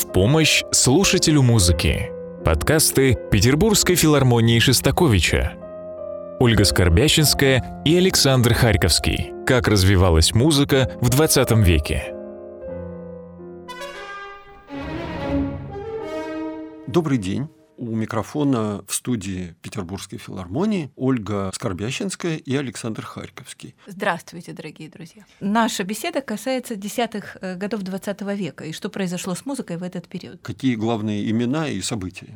В помощь слушателю музыки. Подкасты Петербургской филармонии Шостаковича. Ольга Скорбященская и Александр Харьковский. Как развивалась музыка в 20 веке. Добрый день. У микрофона в студии Петербургской филармонии Ольга Скорбященская и Александр Харьковский. Здравствуйте, дорогие друзья. Наша беседа касается десятых годов 20 века и что произошло с музыкой в этот период. Какие главные имена и события?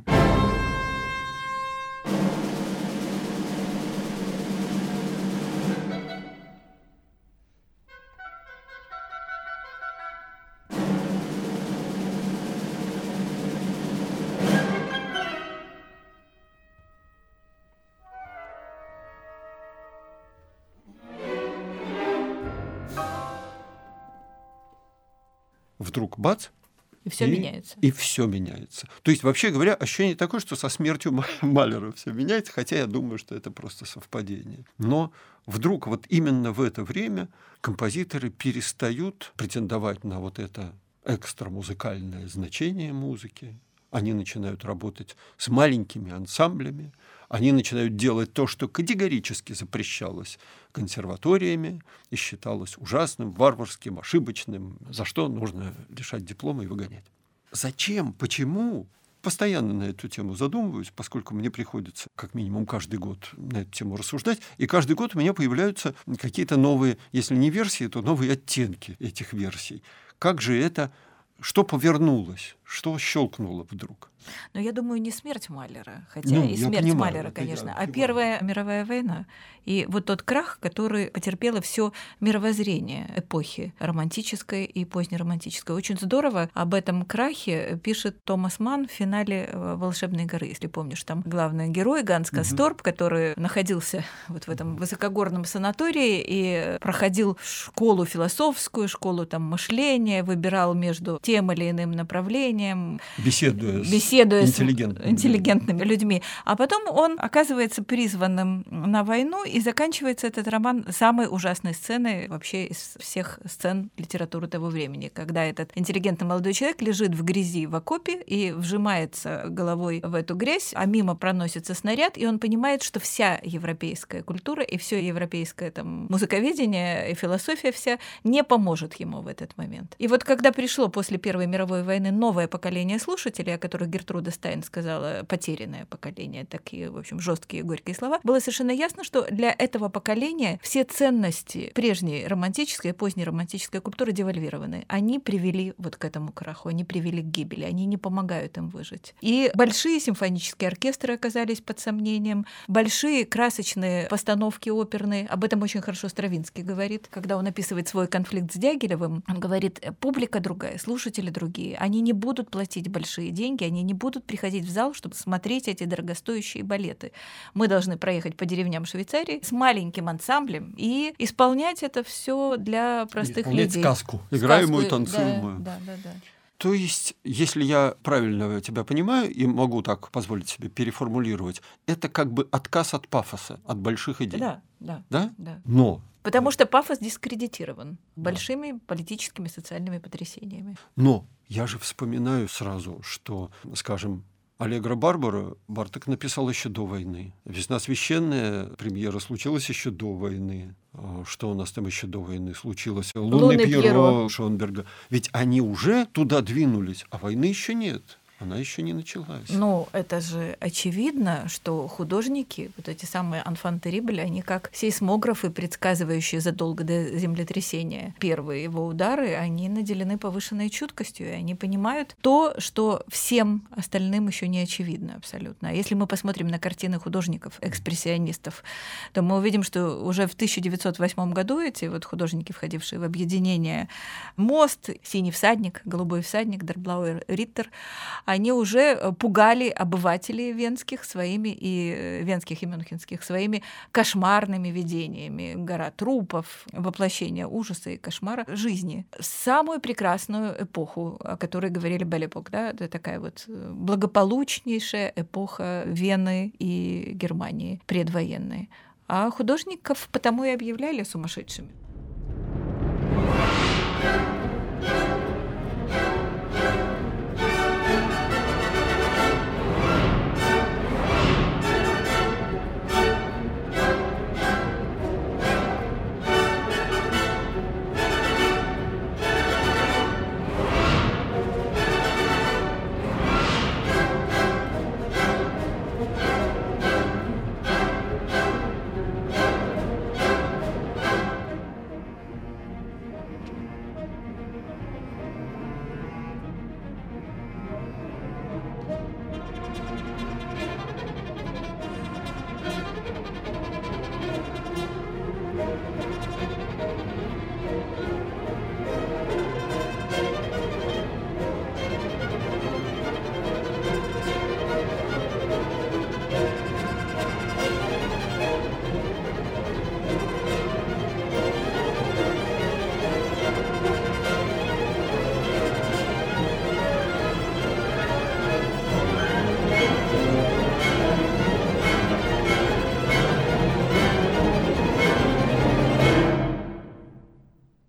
Вдруг бац, и все меняется. И все меняется. То есть, вообще говоря, ощущение такое, что со смертью Малера все меняется, хотя я думаю, что это просто совпадение. Но вдруг вот именно в это время композиторы перестают претендовать на вот это экстрамузыкальное значение музыки. Они начинают работать с маленькими ансамблями, они начинают делать то, что категорически запрещалось консерваториями и считалось ужасным, варварским, ошибочным, за что нужно лишать диплома и выгонять. Зачем? Почему? Постоянно на эту тему задумываюсь, поскольку мне приходится как минимум каждый год на эту тему рассуждать, и каждый год у меня появляются какие-то новые, если не версии, то новые оттенки этих версий. Как же это, что повернулось, что щелкнуло вдруг? Но я думаю, не смерть Малера, хотя и смерть Малера, конечно, а Первая мировая война. И вот тот крах, который потерпело все мировоззрение эпохи романтической и позднеромантической. Очень здорово об этом крахе пишет Томас Манн в финале «Волшебной горы». Если помнишь, там главный герой Ганс Касторп, который находился вот в этом высокогорном санатории и проходил школу философскую, школу там мышления, выбирал между тем или иным направлением, беседуя с интеллигентными людьми. А потом он оказывается призванным на войну, и заканчивается этот роман самой ужасной сценой вообще из всех сцен литературы того времени, когда этот интеллигентный молодой человек лежит в грязи в окопе и вжимается головой в эту грязь, а мимо проносится снаряд, и он понимает, что вся европейская культура и все европейское там музыковедение и философия вся не поможет ему в этот момент. И вот когда пришло после Первой мировой войны новое поколение слушателей, о которых Гертруда Стайн сказала, потерянное поколение, такие, в общем, жесткие и горькие слова, было совершенно ясно, что для этого поколения все ценности прежней романтической и поздней романтической культуры девальвированы. Они привели вот к этому краху, они привели к гибели, они не помогают им выжить. И большие симфонические оркестры оказались под сомнением, большие красочные постановки оперные, об этом очень хорошо Стравинский говорит, когда он описывает свой конфликт с Дягилевым, он говорит, публика другая, слушатели другие, они не будут платить большие деньги, они не будут приходить в зал, чтобы смотреть эти дорогостоящие балеты. Мы должны проехать по деревням Швейцарии с маленьким ансамблем и исполнять это все для простых людей. Сказку. Играемую, танцуемую. Да. То есть, если я правильно тебя понимаю и могу так позволить себе переформулировать, это как бы отказ от пафоса, от больших идей. Да? Но потому что пафос дискредитирован большими политическими, социальными потрясениями. Но я же вспоминаю сразу, что, скажем, Аллегро Барбара Барток написал еще до войны. «Весна священная» премьера случилась еще до войны. Что у нас там еще до войны случилось? «Лунный Пьеро» Шонберга. Ведь они уже туда двинулись, а войны еще нет. Она еще не началась. Ну, это же очевидно, что художники, вот эти самые enfants terribles, они как сейсмографы, предсказывающие задолго до землетрясения первые его удары, они наделены повышенной чуткостью, и они понимают то, что всем остальным еще не очевидно абсолютно. А если мы посмотрим на картины художников, экспрессионистов, то мы увидим, что уже в 1908 году эти вот художники, входившие в объединение «Мост», «Синий всадник», «Голубой всадник», «Der blaue Ritter», они уже пугали обывателей венских своими и венских и мюнхенских своими кошмарными видениями. Гора трупов, воплощение ужаса и кошмара жизни. Самую прекрасную эпоху, о которой говорили Беллепок, да, это такая вот благополучнейшая эпоха Вены и Германии предвоенной. А художников потому и объявляли сумасшедшими.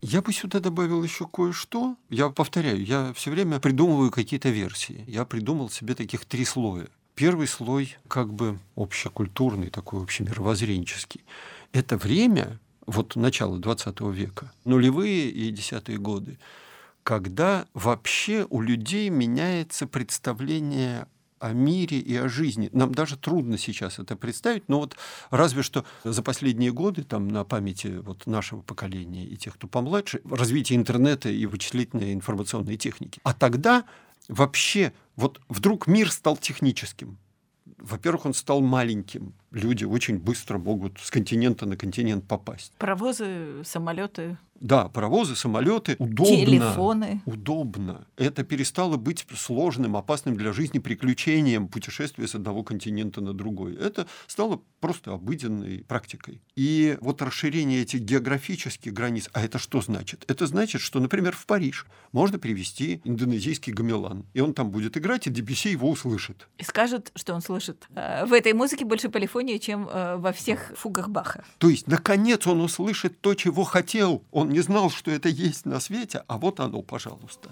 Я бы сюда добавил еще кое-что. Я повторяю, я все время придумываю какие-то версии. Я придумал себе таких 3 слоя. Первый слой как бы общекультурный, такой общемировоззренческий. Это время, вот начало 20 века, нулевые и 10-е годы, когда вообще у людей меняется представление о мире и о жизни. Нам даже трудно сейчас это представить, но вот разве что за последние годы, там, на памяти вот нашего поколения и тех, кто помладше, развитие интернета и вычислительной информационной техники. А тогда вообще вот вдруг мир стал техническим. Во-первых, он стал маленьким. Люди очень быстро могут с континента на континент попасть. Паровозы, самолеты. Да, паровозы, самолеты. Удобно. Телефоны. Удобно. Это перестало быть сложным, опасным для жизни приключением путешествия с одного континента на другой. Это стало просто обыденной практикой. И вот расширение этих географических границ, а это что значит? Это значит, что, например, в Париж можно привезти индонезийский гамелан, и он там будет играть, и Дебюсси его услышит. И скажет, что он слышит в этой музыке больше полифонии, чем во всех фугах Баха. То есть, наконец, он услышит то, чего хотел. Он не знал, что это есть на свете, а вот оно, пожалуйста.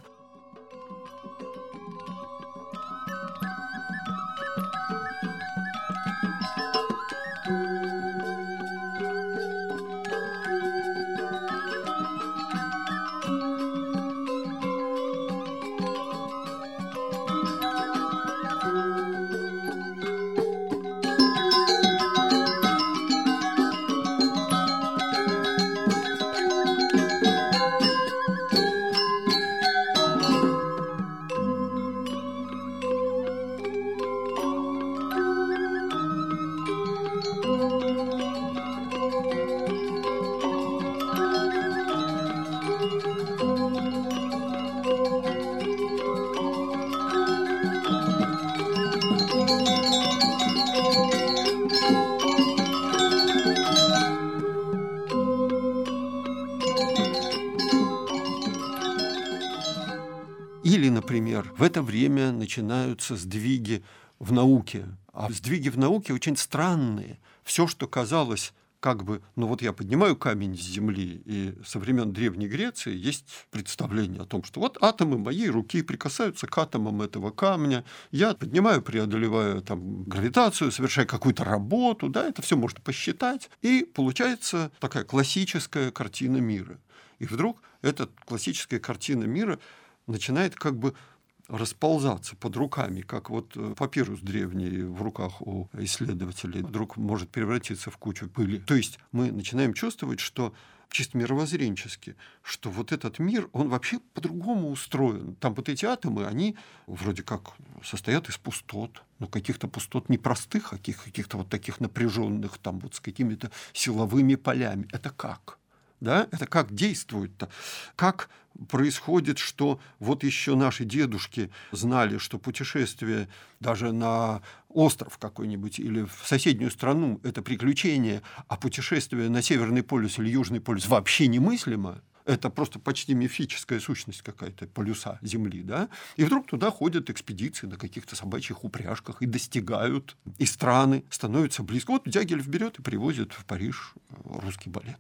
Или, например, в это время начинаются сдвиги в науке. А сдвиги в науке очень странные. Все, что казалось как бы, ну вот я поднимаю камень с земли, и со времен Древней Греции есть представление о том, что вот атомы моей руки прикасаются к атомам этого камня, я поднимаю, преодолеваю там гравитацию, совершаю какую-то работу, да, это все можно посчитать, и получается такая классическая картина мира. И вдруг эта классическая картина мира начинает как бы расползаться под руками, как вот папирус древний в руках у исследователей вдруг может превратиться в кучу пыли. То есть мы начинаем чувствовать, что чисто мировоззренчески, что вот этот мир, он вообще по-другому устроен. Там вот эти атомы, они вроде как состоят из пустот, но каких-то пустот не простых, а каких-то вот таких напряженных, там вот с какими-то силовыми полями. Это как? Да? Это как действует-то? Как происходит, что вот еще наши дедушки знали, что путешествие даже на остров какой-нибудь или в соседнюю страну – это приключение, а путешествие на Северный полюс или Южный полюс вообще немыслимо. Это просто почти мифическая сущность какая-то, полюса Земли, да? И вдруг туда ходят экспедиции на каких-то собачьих упряжках и достигают, и страны становятся близко. Вот Дягилев берет и привозит в Париж русский балет.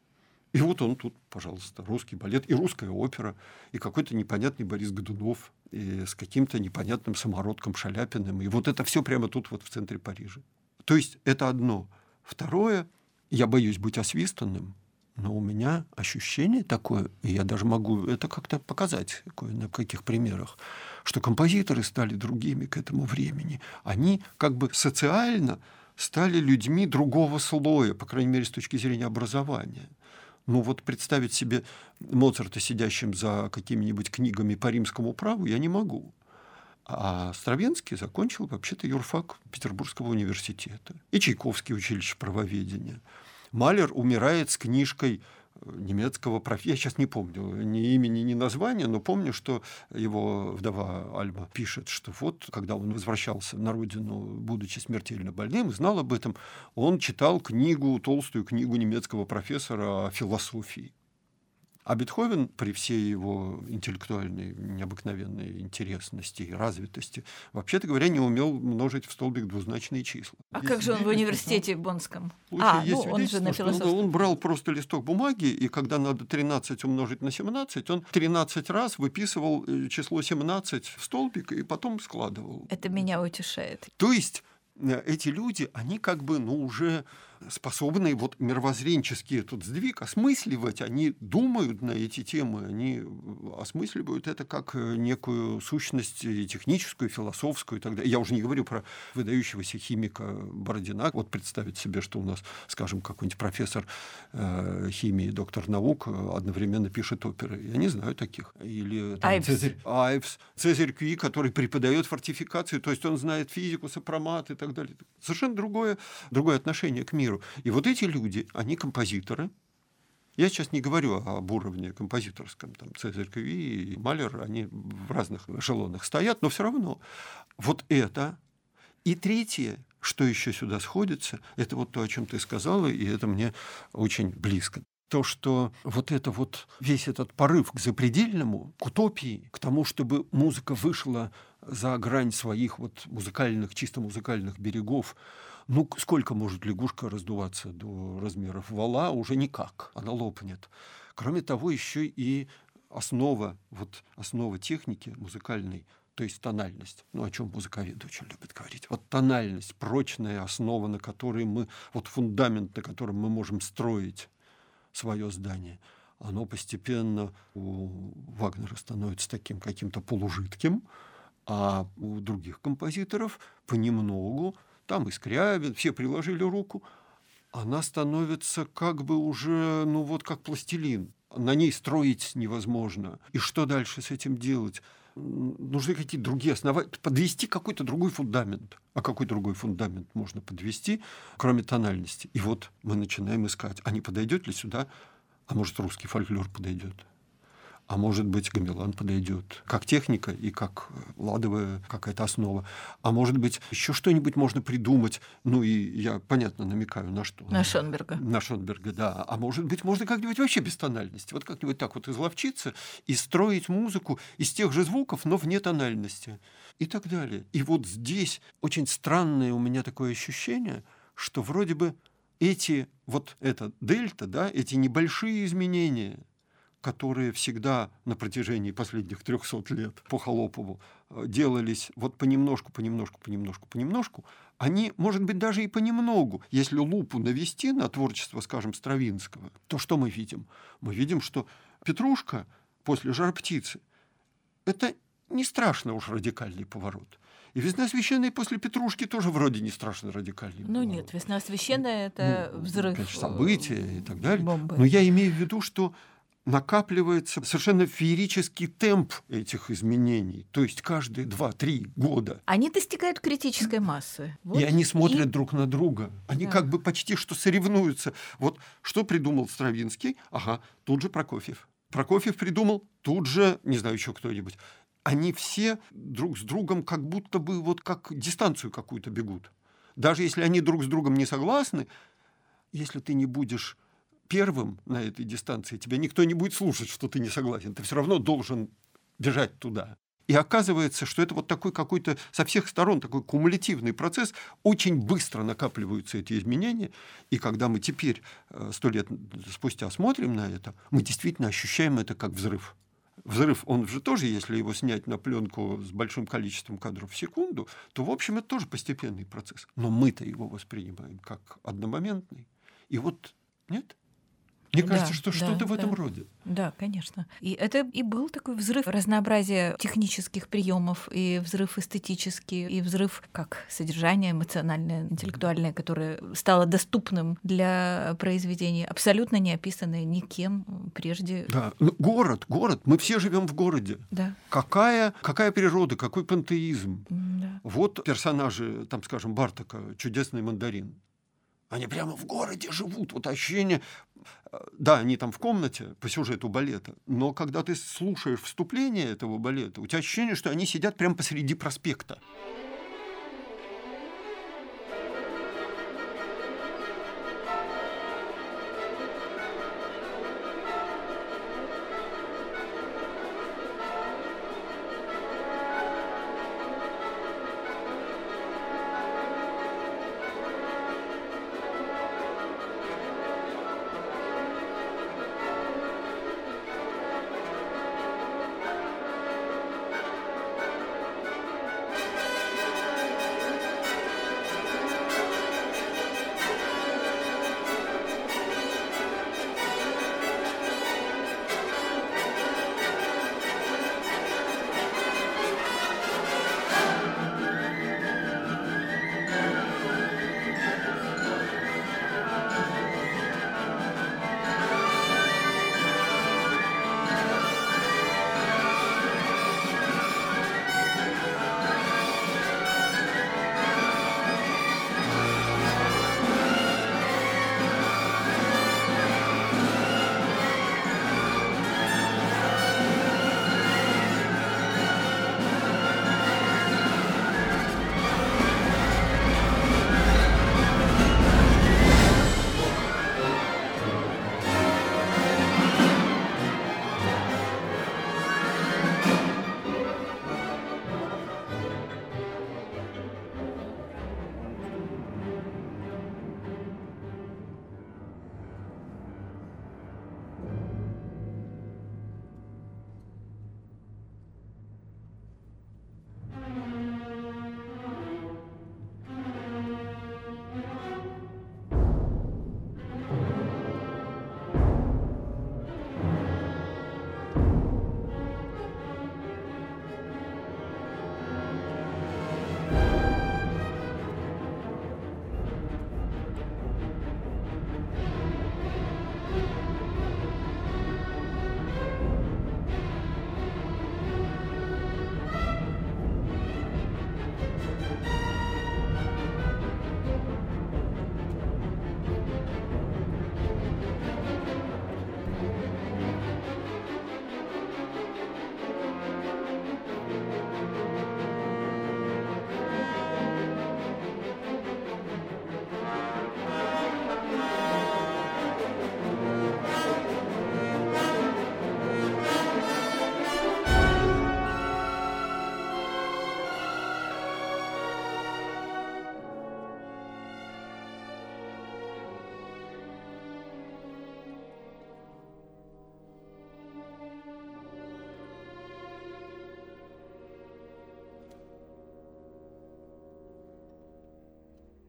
И вот он тут, пожалуйста, русский балет, и русская опера, и какой-то непонятный Борис Годунов, и с каким-то непонятным самородком Шаляпиным. И вот это все прямо тут вот в центре Парижа. То есть это одно. Второе, я боюсь быть освистанным, но у меня ощущение такое, и я даже могу это как-то показать на каких примерах, что композиторы стали другими к этому времени. Они как бы социально стали людьми другого слоя, по крайней мере, с точки зрения образования. Ну вот представить себе Моцарта, сидящим за какими-нибудь книгами по римскому праву, я не могу. А Стравинский закончил вообще-то юрфак Петербургского университета. И Чайковский училище правоведения. Малер умирает с книжкой немецкого профессора. Я сейчас не помню ни имени, ни названия, но помню, что его вдова Альма пишет, что вот, когда он возвращался на родину, будучи смертельно больным, знал об этом, он читал толстую книгу немецкого профессора о философии. А Бетховен, при всей его интеллектуальной необыкновенной интересности и развитости, вообще-то говоря, не умел множить в столбик двузначные числа. А как же он в университете Боннском? Он же на философском. Он брал просто листок бумаги, и когда надо 13 умножить на 17, он 13 раз выписывал число 17 в столбик и потом складывал. Это меня утешает. То есть эти люди, они как бы, уже способны вот мировоззренческий этот сдвиг осмысливать, они думают на эти темы, они осмысливают это как некую сущность техническую, философскую и так далее. Я уже не говорю про выдающегося химика Бородина. Вот представить себе, что у нас, скажем, какой-нибудь профессор химии, доктор наук одновременно пишет оперы. Я не знаю таких. Или Цезарь Кюи, который преподает фортификацию, то есть он знает физику, сопромат и так далее. Совершенно другое отношение к миру. И вот эти люди, они композиторы. Я сейчас не говорю об уровне композиторском. Там Цезарь Кюи и Малер, они в разных эшелонах стоят, но все равно. Вот это. И третье, что еще сюда сходится, это вот то, о чем ты сказала, и это мне очень близко. То, что вот это вот весь этот порыв к запредельному, к утопии, к тому, чтобы музыка вышла за грань своих вот чисто музыкальных берегов. Сколько может лягушка раздуваться до размеров вала? Уже никак, она лопнет. Кроме того, еще и основа техники музыкальной, то есть тональность, о чем музыковеды очень любят говорить. Вот тональность, прочная основа, на которой фундамент, на котором мы можем строить свое здание, оно постепенно у Вагнера становится таким каким-то полужидким, а у других композиторов понемногу, там и Скрябин, все приложили руку, она становится как бы уже, как пластилин. На ней строить невозможно. И что дальше с этим делать? Нужны какие-то другие основания, подвести какой-то другой фундамент. А какой другой фундамент можно подвести, кроме тональности? И вот мы начинаем искать, а не подойдет ли сюда, а может, русский фольклор подойдет? А может быть, гамелан подойдет как техника и как ладовая какая-то основа. А может быть, еще что-нибудь можно придумать. И я, понятно, намекаю на что. На Шонберга. На Шонберга, да. А может быть, можно как-нибудь вообще без тональности. Вот как-нибудь так вот изловчиться и строить музыку из тех же звуков, но вне тональности. И так далее. И вот здесь очень странное у меня такое ощущение, что вроде бы эта дельта, да, эти небольшие изменения, которые всегда на протяжении последних 300 лет по Холопову делались понемножку, они, может быть, даже и понемногу, если лупу навести на творчество, скажем, Стравинского, то что мы видим? Мы видим, что Петрушка после «Жар-птицы» — это не страшно уж радикальный поворот. И «Весна священная» после «Петрушки» тоже вроде не страшно радикальный поворот. Нет, «Весна священная» — это взрыв. Конечно, события и так далее. Бомбы. Но я имею в виду, что накапливается совершенно феерический темп этих изменений. То есть каждые 2-3 года. Они достигают критической массы. И они смотрят друг на друга. Они как бы почти что соревнуются. Вот что придумал Стравинский? Тут же Прокофьев. Прокофьев придумал, тут же, не знаю, еще кто-нибудь. Они все друг с другом как будто бы как дистанцию какую-то бегут. Даже если они друг с другом не согласны, если ты не будешь первым на этой дистанции, тебя никто не будет слушать, что ты не согласен. Ты все равно должен бежать туда. И оказывается, что это такой какой-то со всех сторон такой кумулятивный процесс. Очень быстро накапливаются эти изменения. И когда мы теперь, 100 лет спустя, смотрим на это, мы действительно ощущаем это как взрыв. Взрыв, он же тоже, если его снять на пленку с большим количеством кадров в секунду, то, в общем, это тоже постепенный процесс. Но мы-то его воспринимаем как одномоментный. И нет? Мне кажется, что что-то в этом роде. Да, конечно. И это и был такой взрыв разнообразия технических приемов, и взрыв эстетический, и взрыв как содержание эмоциональное, интеллектуальное, которое стало доступным для произведений, абсолютно не описанное никем прежде. Да, город. Мы все живем в городе. Да. Какая природа, какой пантеизм. Да. Вот персонажи, там, скажем, Бартака, «Чудесный мандарин». Они прямо в городе живут. Ощущение... Да, они там в комнате по сюжету балета, но когда ты слушаешь вступление этого балета, у тебя ощущение, что они сидят прямо посреди проспекта.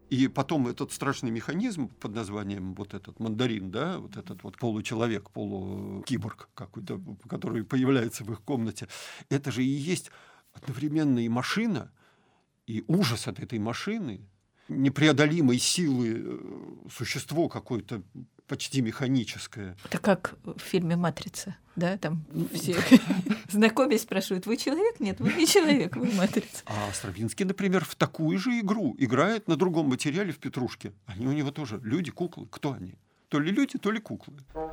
И потом этот страшный механизм под названием вот этот мандарин, да, вот этот вот получеловек, полукиборг какой-то, который появляется в их комнате, это же и есть одновременно и машина, и ужас от этой машины, непреодолимой силы существо какое-то почти механическое. Это как в фильме «Матрица», да? Там все знакомясь спрашивают: вы человек? Нет, вы не человек, вы матрица. А Стравинский, например, в такую же игру играет на другом материале в «Петрушке». Они у него тоже люди, куклы. Кто они? То ли люди, то ли куклы.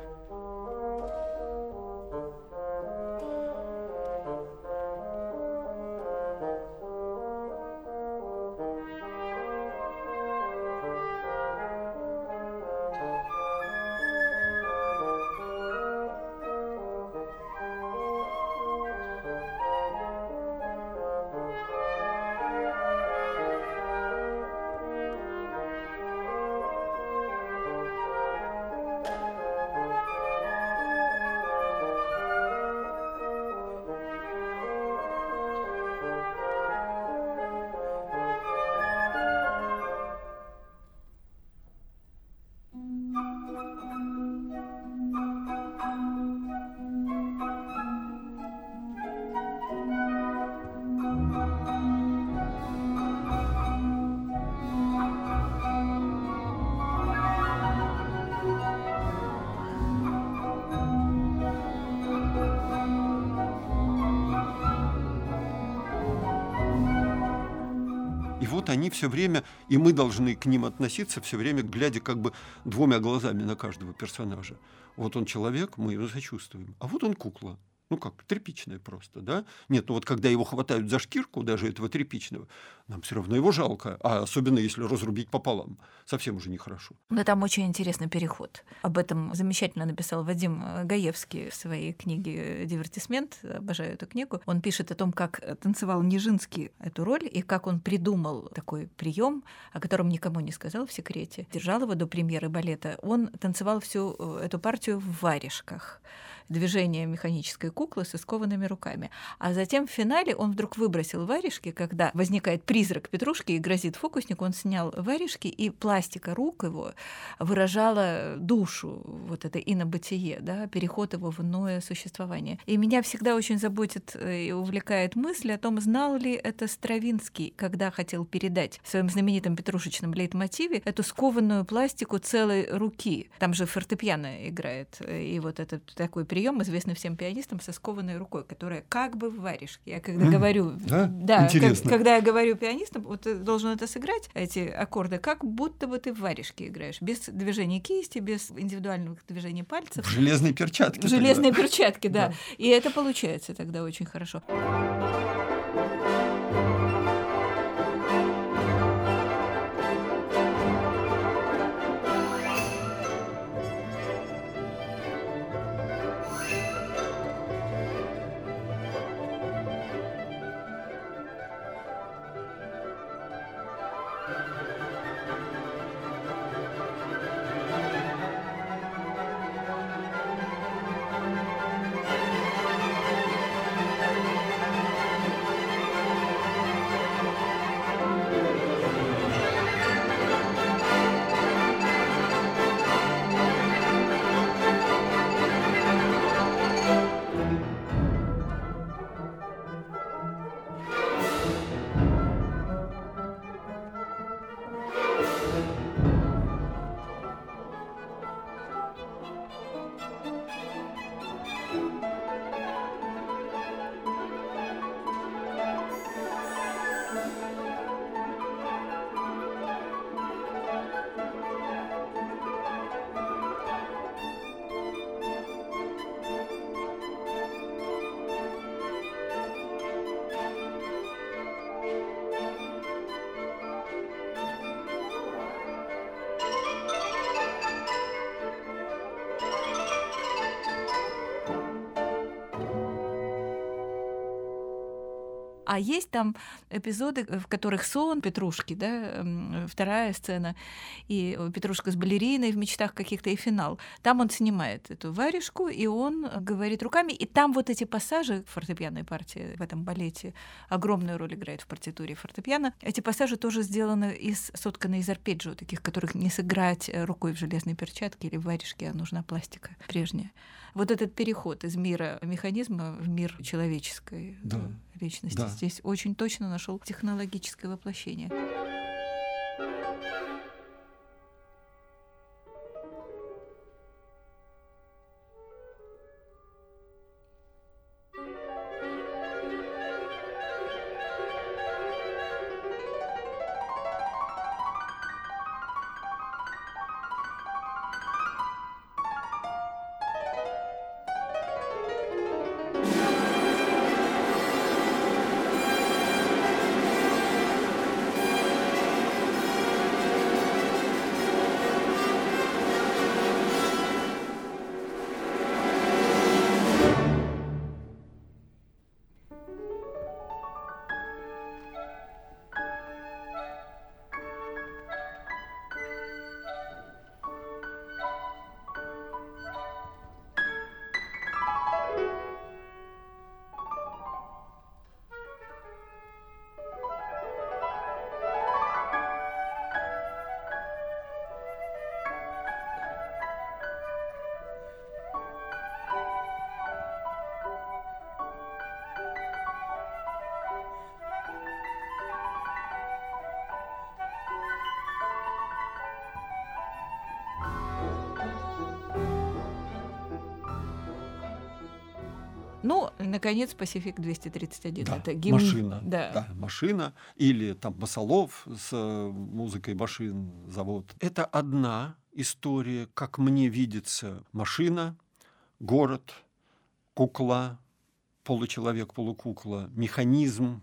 И вот они все время, и мы должны к ним относиться все время, глядя как бы двумя глазами на каждого персонажа. Вот он человек, мы его сочувствуем, а вот он кукла. Ну как, тряпичная просто, да? Нет, ну вот когда его хватают за шкирку, даже этого тряпичного, нам все равно его жалко, а особенно если разрубить пополам. Совсем уже нехорошо. Но там очень интересный переход. Об этом замечательно написал Вадим Гаевский в своей книге «Дивертисмент». Обожаю эту книгу. Он пишет о том, как танцевал Нижинский эту роль и как он придумал такой прием, о котором никому не сказал в секрете. Держал его до премьеры балета. Он танцевал всю эту партию в варежках. Движение механической куклы со скованными руками. А затем в финале он вдруг выбросил варежки, когда возникает призрак Петрушки и грозит фокуснику, он снял варежки, и пластика рук его выражала душу, вот это инобытие, да, переход его в иное существование. И меня всегда очень заботит и увлекает мысль о том, знал ли это Стравинский, когда хотел передать в своем знаменитом петрушечном лейтмотиве эту скованную пластику целой руки. Там же фортепиано играет, и вот этот такой прием, известный всем пианистам, со скованной рукой, которая как бы в варежке. Я когда говорю, когда я говорю пианистам, вот ты должен это сыграть, эти аккорды, как будто бы ты в варежке играешь, без движения кисти, без индивидуальных движений пальцев. В железной перчатке. В железной перчатке, да. И это получается тогда очень хорошо. А есть там эпизоды, в которых сон Петрушки, да, вторая сцена, и Петрушка с балериной в мечтах каких-то, и финал. Там он снимает эту варежку, и он говорит руками, и там вот эти пассажи, фортепианной партии в этом балете огромную роль играет в партитуре фортепиано. Эти пассажи тоже сделаны сотканы из арпеджио, таких, которых не сыграть рукой в железной перчатке или в варежке, а нужна пластика прежняя. Вот этот переход из мира механизма в мир человеческой личности здесь очень точно нашел технологическое воплощение. Ну, наконец, Пасифик 231. Да, это гимн. Машина. Да, машина. Или там Басалов с музыкой машин завод. Это одна история, как мне видится, машина, город, кукла, получеловек, полукукла, механизм.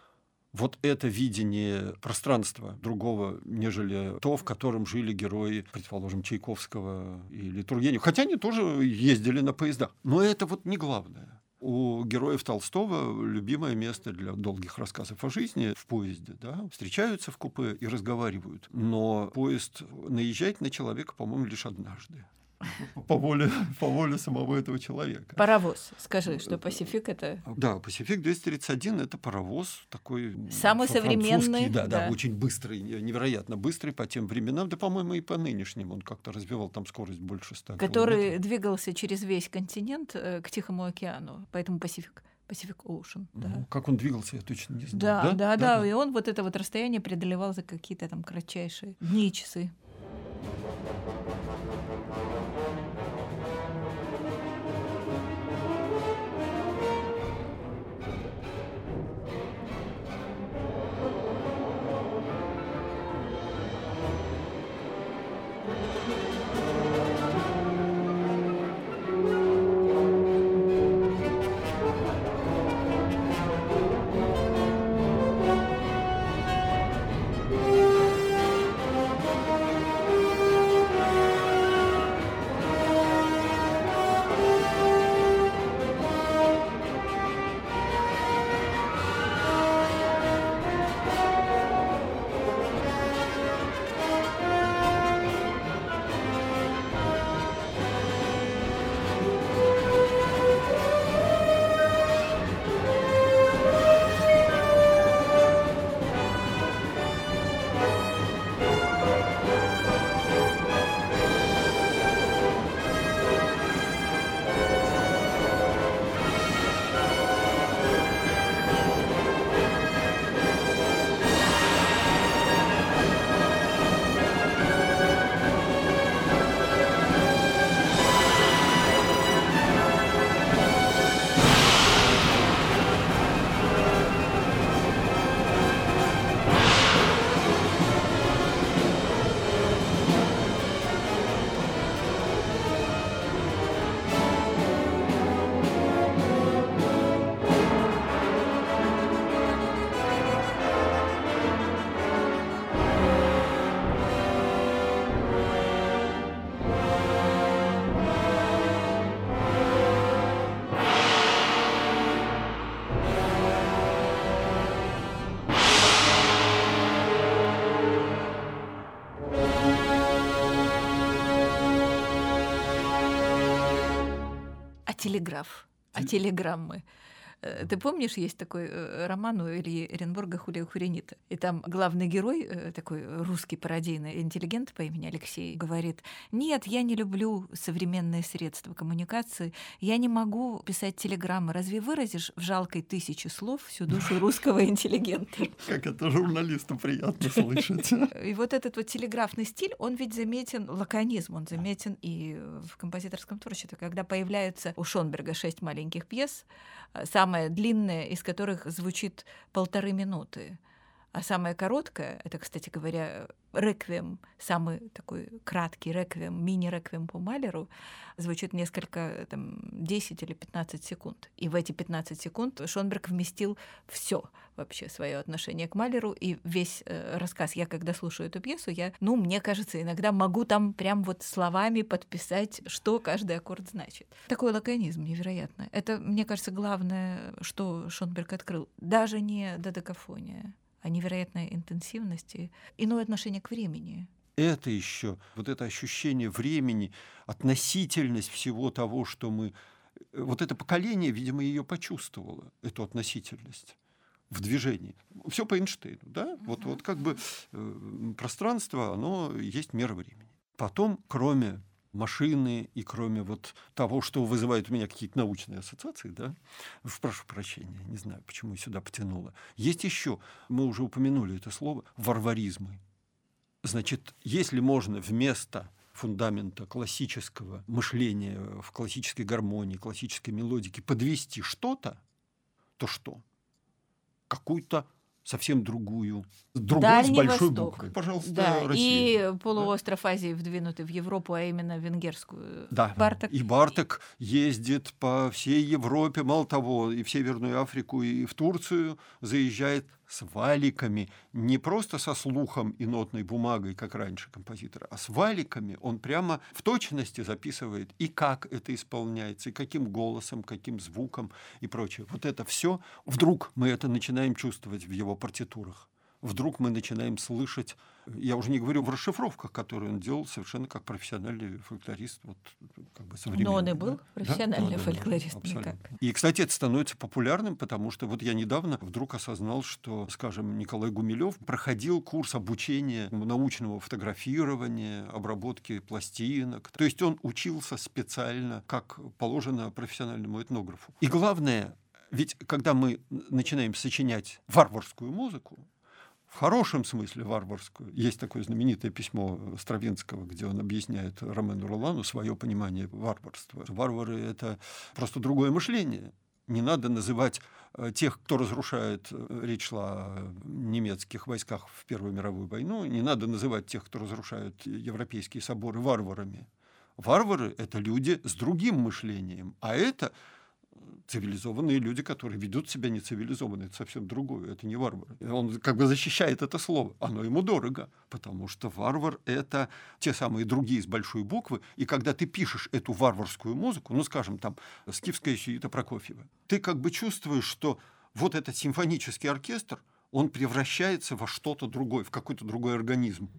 Вот это видение пространства другого, нежели то, в котором жили герои, предположим, Чайковского или Тургенева. Хотя они тоже ездили на поездах. Но это вот не главное. У героев Толстого любимое место для долгих рассказов о жизни в поезде. Да? Встречаются в купе и разговаривают. Но поезд наезжает на человека, по-моему, лишь однажды. По воле самого этого человека. Паровоз. Скажи, что Пасифик — это... Да, Пасифик 231 — это паровоз такой... Самый современный. Да, очень быстрый, невероятно быстрый по тем временам. Да, по-моему, и по нынешним. Он как-то развивал там скорость больше 100 который километров. Двигался через весь континент к Тихому океану. Поэтому Pacific Ocean. Да. Как он двигался, я точно не знаю. Да. И он вот это вот расстояние преодолевал за какие-то там кратчайшие дни и часы. телеграф, телеграммы. Ты помнишь, есть такой роман у Ильи Эренбурга «Хулия Хуренита», и там главный герой, такой русский пародийный интеллигент по имени Алексей, говорит: «Нет, я не люблю современные средства коммуникации, я не могу писать телеграммы. Разве выразишь в жалкой 1000 слов всю душу русского интеллигента?» Как это журналисту приятно слышать. И вот этот вот телеграфный стиль, он ведь заметен, лаконизм, он заметен и в композиторском творчестве. Когда появляются у Шонберга 6 маленьких пьес, самая длинная из которых звучит 1,5 минуты, а самая короткая, это, кстати говоря, реквием, самый такой краткий реквием, мини-реквием по Малеру, звучит несколько, 10 или 15 секунд. И в эти 15 секунд Шонберг вместил все вообще свое отношение к Малеру и весь рассказ. Я, когда слушаю эту пьесу, мне кажется, иногда могу там прям вот словами подписать, что каждый аккорд значит. Такой лаконизм невероятно. Это, мне кажется, главное, что Шонберг открыл. Даже не додекафония, а невероятная интенсивность и иное отношение к времени. Это еще, вот это ощущение времени, относительность всего того, что мы... Вот это поколение, видимо, ее почувствовало, эту относительность в движении. Все по Эйнштейну, да? Вот как бы пространство, оно есть мера времени. Потом, кроме машины и кроме вот того, что вызывает у меня какие-то научные ассоциации, да, прошу прощения, не знаю, почему сюда потянуло. Есть еще, мы уже упомянули это слово, варваризмы. Значит, если можно вместо фундамента классического мышления в классической гармонии, классической мелодике подвести что-то, то что? Какую-то совсем другую с большой буквы. Пожалуйста, да, Россия. И полуостров Азии вдвинутый в Европу, а именно венгерскую. Да, Барток. И Барток ездит по всей Европе, мало того, и в Северную Африку, и в Турцию заезжает с валиками, не просто со слухом и нотной бумагой, как раньше композитор, а с валиками. Он прямо в точности записывает, и как это исполняется, и каким голосом, каким звуком и прочее. Вот это все, вдруг мы это начинаем чувствовать в его партитурах. Вдруг мы начинаем слышать, я уже не говорю в расшифровках, которые он делал совершенно как профессиональный фольклорист, вот, как бы современный. Но он и был профессиональный фольклорист. И, кстати, это становится популярным, потому что вот я недавно вдруг осознал, что, скажем, Николай Гумилев проходил курс обучения научного фотографирования, обработки пластинок. То есть он учился специально, как положено профессиональному этнографу. И главное, ведь когда мы начинаем сочинять варварскую музыку, в хорошем смысле варварскую. Есть такое знаменитое письмо Стравинского, где он объясняет Ромену Ролану свое понимание варварства. Варвары — это просто другое мышление. Не надо называть тех, кто разрушает, речь шла о немецких войсках в Первую мировую войну, не надо называть тех, кто разрушает европейские соборы, варварами. Варвары — это люди с другим мышлением, а это цивилизованные люди, которые ведут себя нецивилизованно. Это совсем другое, это не варвары. Он как бы защищает это слово. Оно ему дорого, потому что варвар — это те самые другие с большой буквы. И когда ты пишешь эту варварскую музыку, ну, скажем, там, скифская сюита Прокофьева, ты как бы чувствуешь, что вот этот симфонический оркестр, он превращается во что-то другое, в какой-то другой организм.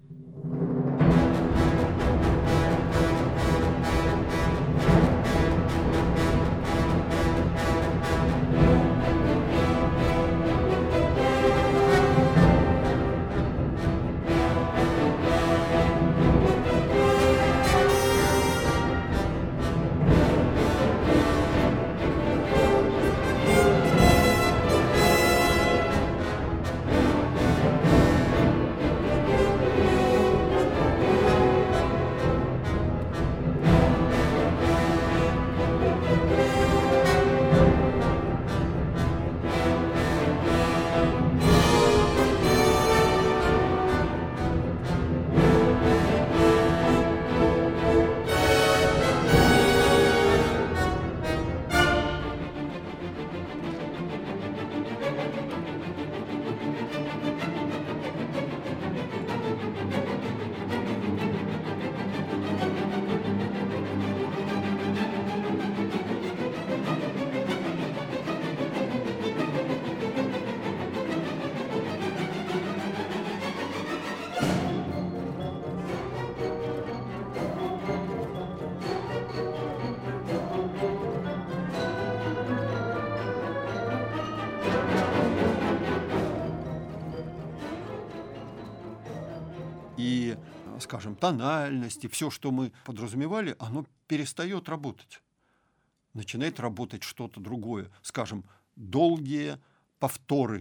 и, скажем, тональность, и все, что мы подразумевали, оно перестает работать. Начинает работать что-то другое. Скажем, долгие повторы.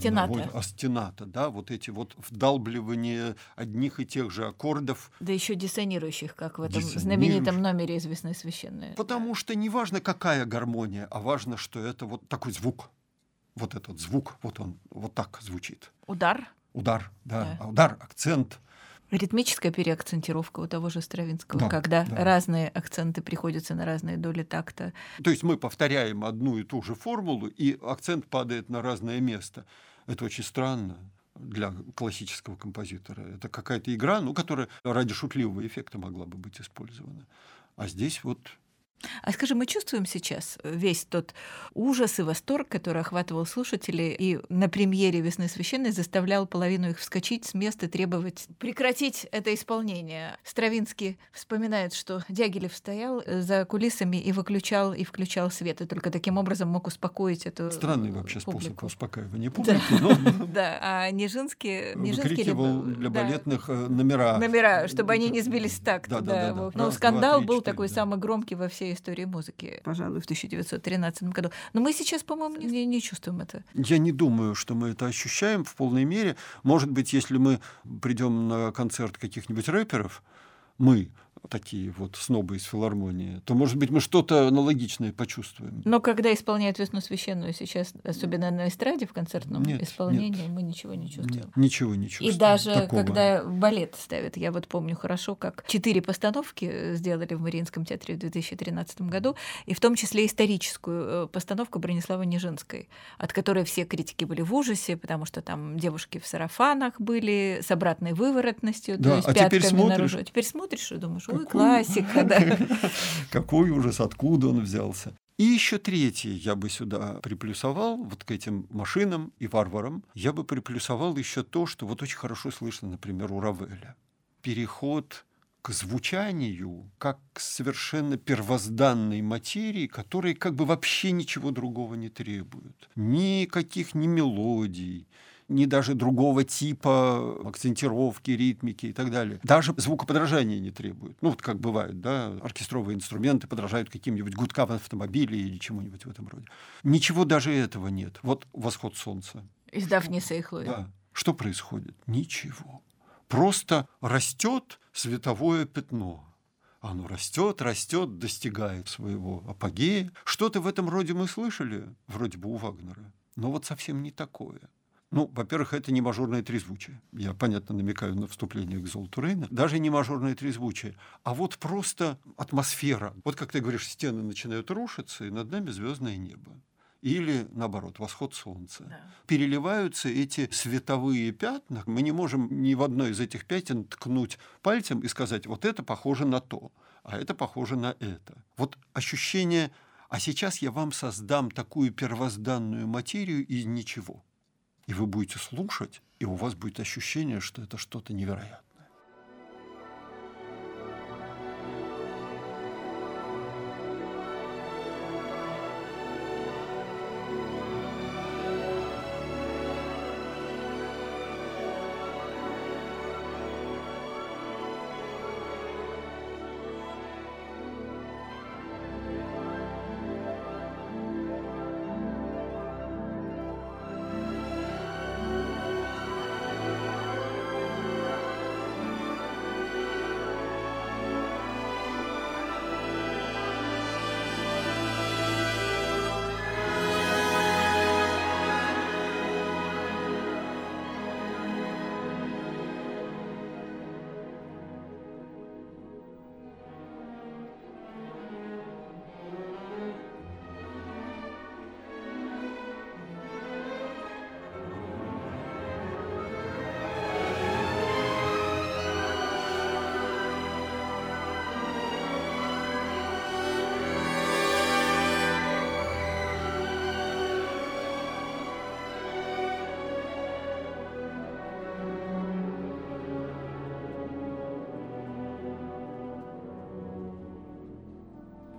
Остената, да, вот эти вот вдалбливания одних и тех же аккордов. Да еще диссонирующих, как в этом знаменитом номере из «Весны священной». Потому что не важно, какая гармония, а важно, что это вот такой звук. Вот этот звук, вот он вот так звучит. Удар, да. Удар, акцент. Ритмическая переакцентировка у того же Стравинского, когда разные акценты приходятся на разные доли такта. То есть мы повторяем одну и ту же формулу, и акцент падает на разное место. Это очень странно для классического композитора. Это какая-то игра, которая ради шутливого эффекта могла бы быть использована. А здесь вот... А скажи, мы чувствуем сейчас весь тот ужас и восторг, который охватывал слушателей и на премьере «Весны священной» заставлял половину их вскочить с места, требовать прекратить это исполнение. Стравинский вспоминает, что Дягилев стоял за кулисами и выключал и включал свет, и только таким образом мог успокоить эту публику. Странный вообще способ успокаивания публики. Да, а Нижинский выкрикивал для балетных номера, чтобы они не сбились с такта. Но скандал был такой самый громкий во всей истории музыки, пожалуй, в 1913 году. Но мы сейчас, по-моему, не чувствуем это. Я не думаю, что мы это ощущаем в полной мере. Может быть, если мы придем на концерт каких-нибудь рэперов, мы такие вот снобы из филармонии, то, может быть, мы что-то аналогичное почувствуем. Но когда исполняют «Весну священную» сейчас, особенно на эстраде в концертном исполнении, мы ничего не чувствуем. Ничего не чувствуем. И даже такого. Когда балет ставят, я вот помню хорошо, как 4 постановки сделали в Мариинском театре в 2013 году, и в том числе историческую постановку Брониславы Нижинской, от которой все критики были в ужасе, потому что там девушки в сарафанах были, с обратной выворотностью, то есть пятками наружу. А теперь смотришь и думаешь, ой, классика, да. Какой ужас, откуда он взялся. И еще третий я бы сюда приплюсовал, вот к этим машинам и варварам, я бы приплюсовал еще то, что вот очень хорошо слышно, например, у Равеля. Переход к звучанию, как к совершенно первозданной материи, которая как бы вообще ничего другого не требует. Никаких ни мелодий, ни даже другого типа акцентировки, ритмики и так далее. Даже звукоподражания не требует. Вот как бывает, да, оркестровые инструменты подражают каким-нибудь гудкам в автомобиле или чему-нибудь в этом роде. Ничего даже этого нет. Вот «Восход солнца». Из Дафниса и Хлои. Да. Что происходит? Ничего. Просто растет световое пятно. Оно растет, достигает своего апогея. Что-то в этом роде мы слышали, вроде бы у Вагнера, но вот совсем не такое. Во-первых, это не мажорное трезвучие. Я, понятно, намекаю на вступление к «Золоту Рейна». Даже не мажорное трезвучие, а вот просто атмосфера. Вот как ты говоришь, стены начинают рушиться, и над нами звездное небо. Или, наоборот, восход солнца. Да. Переливаются эти световые пятна. Мы не можем ни в одно из этих пятен ткнуть пальцем и сказать, вот это похоже на то, а это похоже на это. Вот ощущение, а сейчас я вам создам такую первозданную материю из ничего. И вы будете слушать, и у вас будет ощущение, что это что-то невероятное.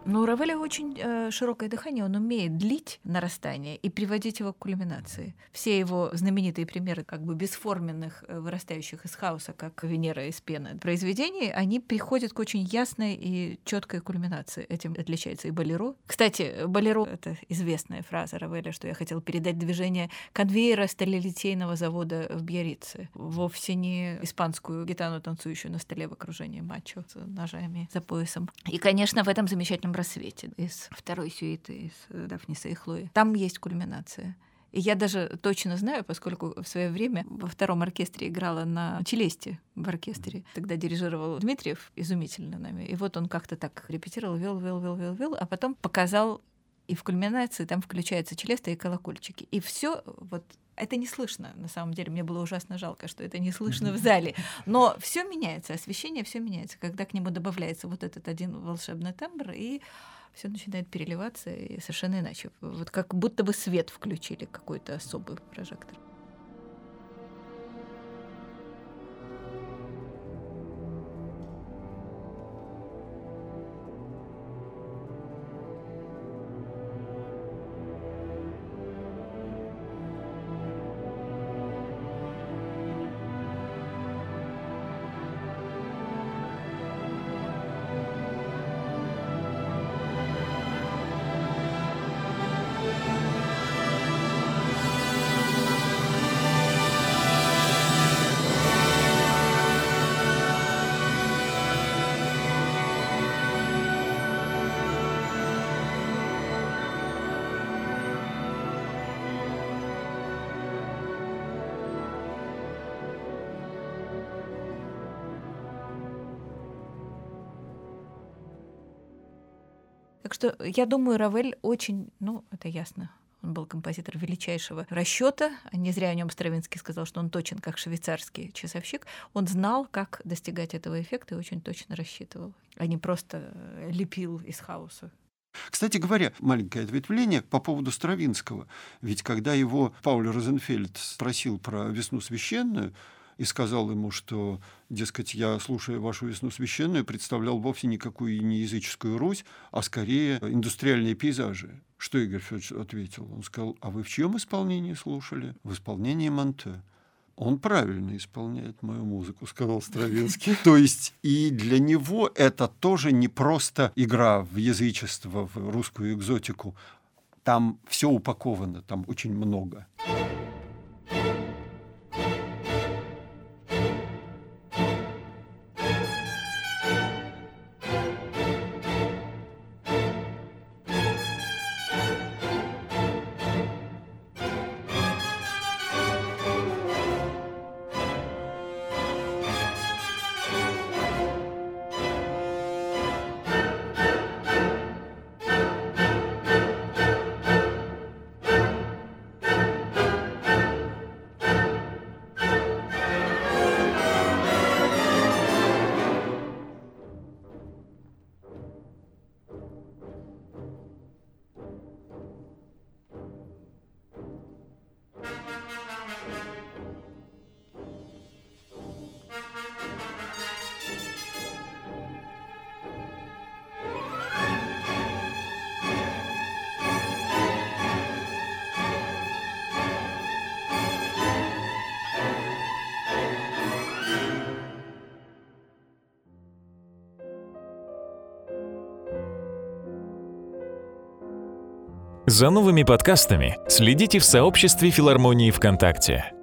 Но у Равеля очень широкое дыхание, он умеет длить нарастание и приводить его к кульминации. Все его знаменитые примеры как бы бесформенных, вырастающих из хаоса, как Венера из пены, произведений, они приходят к очень ясной и четкой кульминации. Этим отличается и Болеро. Кстати, Болеро — это известная фраза Равеля, что я хотел передать движение конвейера сталелитейного завода в Бьярице. Вовсе не испанскую гитану, танцующую на столе в окружении мачо с ножами за поясом. И, конечно, в этом замечательном рассвете из второй сюиты, из Дафниса и Хлои. Там есть кульминация. И я даже точно знаю, поскольку в свое время во втором оркестре играла на челесте в оркестре. Тогда дирижировал Дмитриев изумительно нами. И вот он как-то так репетировал, вел, а потом показал, и в кульминации там включается челеста и колокольчики. И все вот это не слышно, на самом деле. Мне было ужасно жалко, что это не слышно в зале. Но все меняется, освещение все меняется, когда к нему добавляется вот этот один волшебный тембр, и все начинает переливаться и совершенно иначе. Вот как будто бы свет включили, какой-то особый прожектор. Так что я думаю, Равель очень, это ясно, он был композитор величайшего расчета. Не зря о нем Стравинский сказал, что он точен, как швейцарский часовщик. Он знал, как достигать этого эффекта и очень точно рассчитывал, а не просто лепил из хаоса. Кстати говоря, маленькое ответвление по поводу Стравинского. Ведь когда его Пауль Розенфельд спросил про «Весну священную», и сказал ему, что, дескать, я, слушая вашу «Весну священную», представлял вовсе никакую не языческую Русь, а скорее индустриальные пейзажи. Что Игорь Федорович ответил? Он сказал: а вы в чьем исполнении слушали? В исполнении Монте. Он правильно исполняет мою музыку, сказал Стравинский. То есть и для него это тоже не просто игра в язычество, в русскую экзотику. Там все упаковано, там очень много. За новыми подкастами следите в сообществе филармонии ВКонтакте.